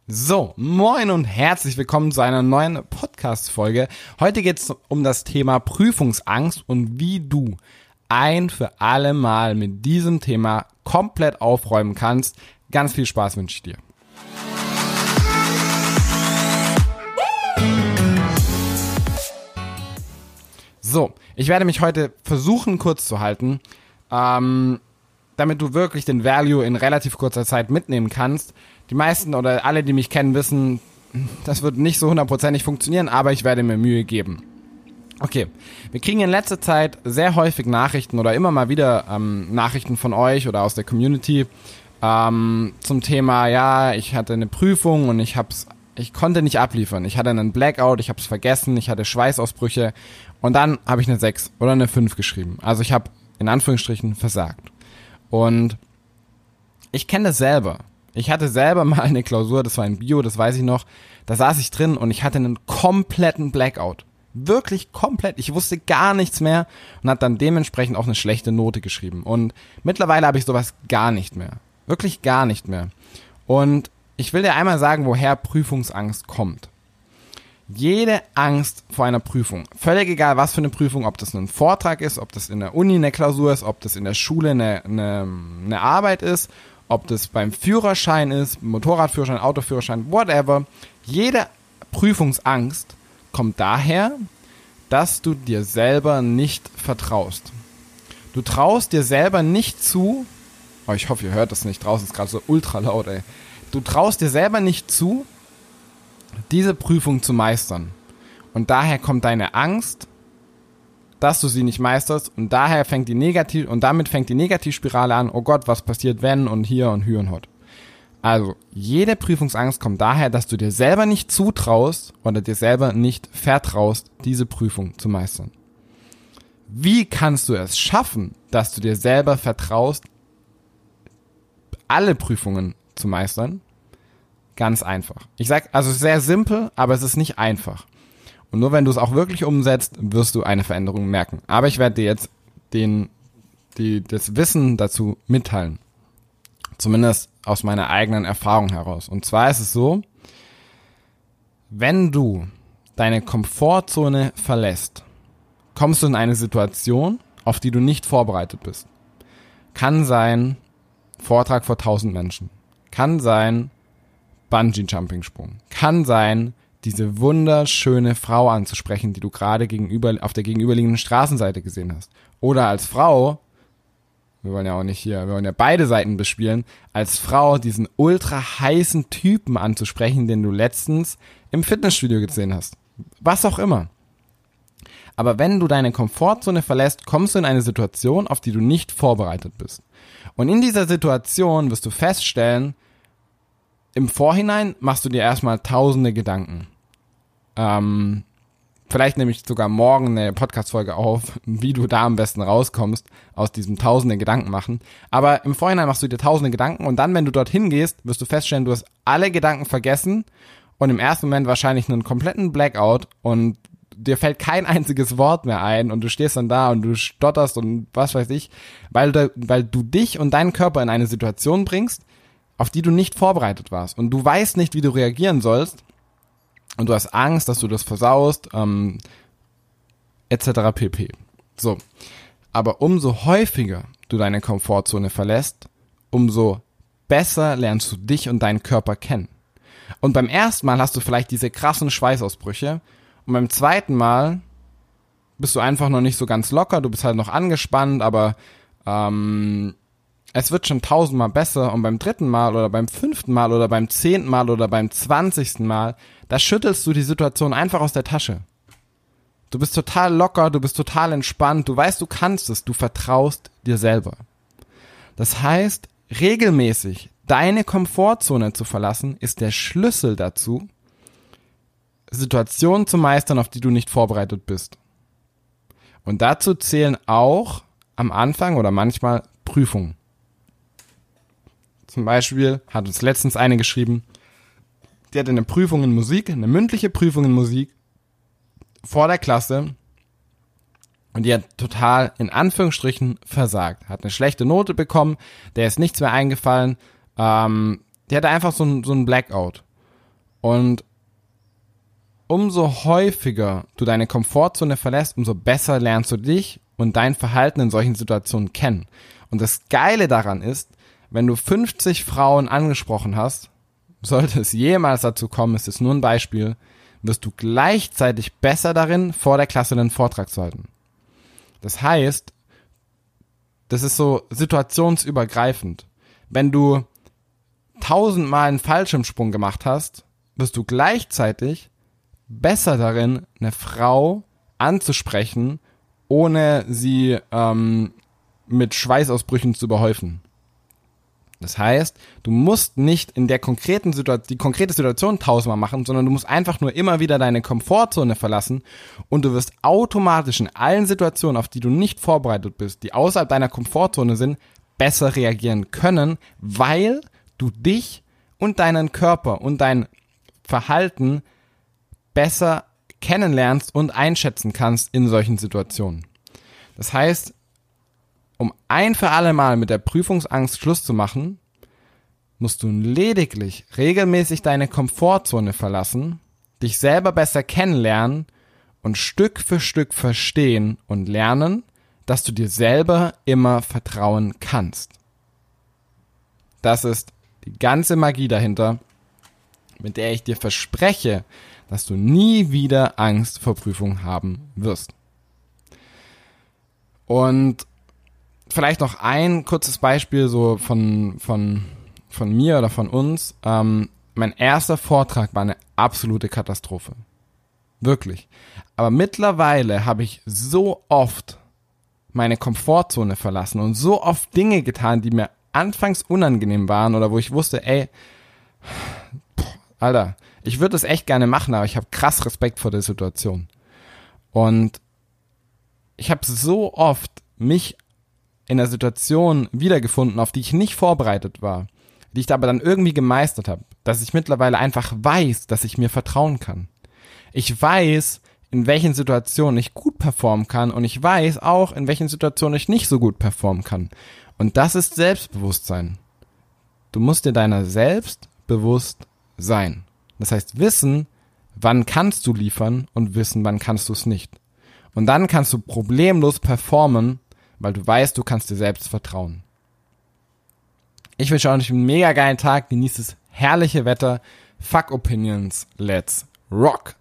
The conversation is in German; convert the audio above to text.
So, moin und herzlich willkommen zu einer neuen Podcast-Folge. Heute geht es um das Thema Prüfungsangst und wie du ein für alle Mal mit diesem Thema komplett aufräumen kannst. Ganz viel Spaß wünsche ich dir. So, ich werde mich heute versuchen kurz zu halten, damit du wirklich den Value in relativ kurzer Zeit mitnehmen kannst. Die meisten oder alle, die mich kennen, wissen, das wird nicht so 100%ig funktionieren, aber ich werde mir Mühe geben. Okay, wir kriegen in letzter Zeit sehr häufig Nachrichten oder immer mal wieder Nachrichten von euch oder aus der Community zum Thema, ja, ich hatte eine Prüfung und ich konnte nicht abliefern. Ich hatte einen Blackout, ich habe es vergessen, ich hatte Schweißausbrüche und dann habe ich eine 6 oder eine 5 geschrieben. Also ich habe in Anführungsstrichen versagt. Und ich kenne das selber. Ich hatte selber mal eine Klausur, das war in Bio, das weiß ich noch. Da saß ich drin und ich hatte einen kompletten Blackout. Wirklich komplett. Ich wusste gar nichts mehr und habe dann dementsprechend auch eine schlechte Note geschrieben. Und mittlerweile habe ich sowas gar nicht mehr. Wirklich gar nicht mehr. Und ich will dir einmal sagen, woher Prüfungsangst kommt. Jede Angst vor einer Prüfung, völlig egal was für eine Prüfung, ob das ein Vortrag ist, ob das in der Uni eine Klausur ist, ob das in der Schule eine Arbeit ist, ob das beim Führerschein ist, Motorradführerschein, Autoführerschein, whatever. Jede Prüfungsangst kommt daher, dass du dir selber nicht vertraust. Du traust dir selber nicht zu, oh, ich hoffe, ihr hört das nicht, draußen ist gerade so ultra laut, ey. Du traust dir selber nicht zu, diese Prüfung zu meistern. Und daher kommt deine Angst, dass du sie nicht meisterst und damit fängt die Negativspirale an, oh Gott, was passiert wenn und hier und hü und hot. Also, jede Prüfungsangst kommt daher, dass du dir selber nicht zutraust oder dir selber nicht vertraust, diese Prüfung zu meistern. Wie kannst du es schaffen, dass du dir selber vertraust, alle Prüfungen zu meistern? Ganz einfach. Ich sag, also sehr simpel, aber es ist nicht einfach. Und nur wenn du es auch wirklich umsetzt, wirst du eine Veränderung merken. Aber ich werde dir jetzt das Wissen dazu mitteilen. Zumindest aus meiner eigenen Erfahrung heraus. Und zwar ist es so, wenn du deine Komfortzone verlässt, kommst du in eine Situation, auf die du nicht vorbereitet bist. Kann sein, Vortrag vor 1000 Menschen. Kann sein, Bungee-Jumping-Sprung. Kann sein, diese wunderschöne Frau anzusprechen, die du gerade auf der gegenüberliegenden Straßenseite gesehen hast. Oder als Frau, wir wollen ja beide Seiten bespielen, als Frau diesen ultra heißen Typen anzusprechen, den du letztens im Fitnessstudio gesehen hast. Was auch immer. Aber wenn du deine Komfortzone verlässt, kommst du in eine Situation, auf die du nicht vorbereitet bist. Und in dieser Situation wirst du feststellen, im Vorhinein machst du dir erstmal tausende Gedanken. Vielleicht nehme ich sogar morgen eine Podcast-Folge auf, wie du da am besten rauskommst aus diesem tausende Gedanken machen. Aber im Vorhinein machst du dir tausende Gedanken und dann, wenn du dorthin gehst, wirst du feststellen, du hast alle Gedanken vergessen und im ersten Moment wahrscheinlich einen kompletten Blackout und dir fällt kein einziges Wort mehr ein und du stehst dann da und du stotterst und was weiß ich, weil du dich und deinen Körper in eine Situation bringst, auf die du nicht vorbereitet warst. Und du weißt nicht, wie du reagieren sollst. Und du hast Angst, dass du das versaust, etc. pp. So. Aber umso häufiger du deine Komfortzone verlässt, umso besser lernst du dich und deinen Körper kennen. Und beim ersten Mal hast du vielleicht diese krassen Schweißausbrüche. Und beim zweiten Mal bist du einfach noch nicht so ganz locker. Du bist halt noch angespannt, aber es wird schon 1000-mal besser und beim 3. Mal oder beim 5. Mal oder beim 10. Mal oder beim 20. Mal, da schüttelst du die Situation einfach aus der Tasche. Du bist total locker, du bist total entspannt, du weißt, du kannst es, du vertraust dir selber. Das heißt, regelmäßig deine Komfortzone zu verlassen, ist der Schlüssel dazu, Situationen zu meistern, auf die du nicht vorbereitet bist. Und dazu zählen auch am Anfang oder manchmal Prüfungen. Zum Beispiel hat uns letztens eine geschrieben, die hatte eine Prüfung in Musik, eine mündliche Prüfung in Musik vor der Klasse und die hat total in Anführungsstrichen versagt. Hat eine schlechte Note bekommen, der ist nichts mehr eingefallen, die hatte einfach so ein Blackout. Und umso häufiger du deine Komfortzone verlässt, umso besser lernst du dich und dein Verhalten in solchen Situationen kennen. Und das Geile daran ist, wenn du 50 Frauen angesprochen hast, sollte es jemals dazu kommen, ist es nur ein Beispiel, wirst du gleichzeitig besser darin, vor der Klasse einen Vortrag zu halten. Das heißt, das ist so situationsübergreifend. Wenn du 1000-mal einen Fallschirmsprung gemacht hast, wirst du gleichzeitig besser darin, eine Frau anzusprechen, ohne sie mit Schweißausbrüchen zu überhäufen. Das heißt, du musst nicht in der konkrete Situation 1000-mal machen, sondern du musst einfach nur immer wieder deine Komfortzone verlassen und du wirst automatisch in allen Situationen, auf die du nicht vorbereitet bist, die außerhalb deiner Komfortzone sind, besser reagieren können, weil du dich und deinen Körper und dein Verhalten besser kennenlernst und einschätzen kannst in solchen Situationen. Das heißt, um ein für alle Mal mit der Prüfungsangst Schluss zu machen, musst du lediglich regelmäßig deine Komfortzone verlassen, dich selber besser kennenlernen und Stück für Stück verstehen und lernen, dass du dir selber immer vertrauen kannst. Das ist die ganze Magie dahinter, mit der ich dir verspreche, dass du nie wieder Angst vor Prüfungen haben wirst. Und vielleicht noch ein kurzes Beispiel so von mir oder von uns. Mein erster Vortrag war eine absolute Katastrophe. Wirklich. Aber mittlerweile habe ich so oft meine Komfortzone verlassen und so oft Dinge getan, die mir anfangs unangenehm waren oder wo ich wusste, Alter, ich würde es echt gerne machen, aber ich habe krass Respekt vor der Situation. Und ich habe so oft mich in der Situation wiedergefunden, auf die ich nicht vorbereitet war, die ich aber dann irgendwie gemeistert habe, dass ich mittlerweile einfach weiß, dass ich mir vertrauen kann. Ich weiß, in welchen Situationen ich gut performen kann und ich weiß auch, in welchen Situationen ich nicht so gut performen kann. Und das ist Selbstbewusstsein. Du musst dir deiner selbst bewusst sein. Das heißt, wissen, wann kannst du liefern und wissen, wann kannst du es nicht. Und dann kannst du problemlos performen, weil du weißt, du kannst dir selbst vertrauen. Ich wünsche euch einen mega geilen Tag, genießt das herrliche Wetter. Fuck Opinions, let's rock!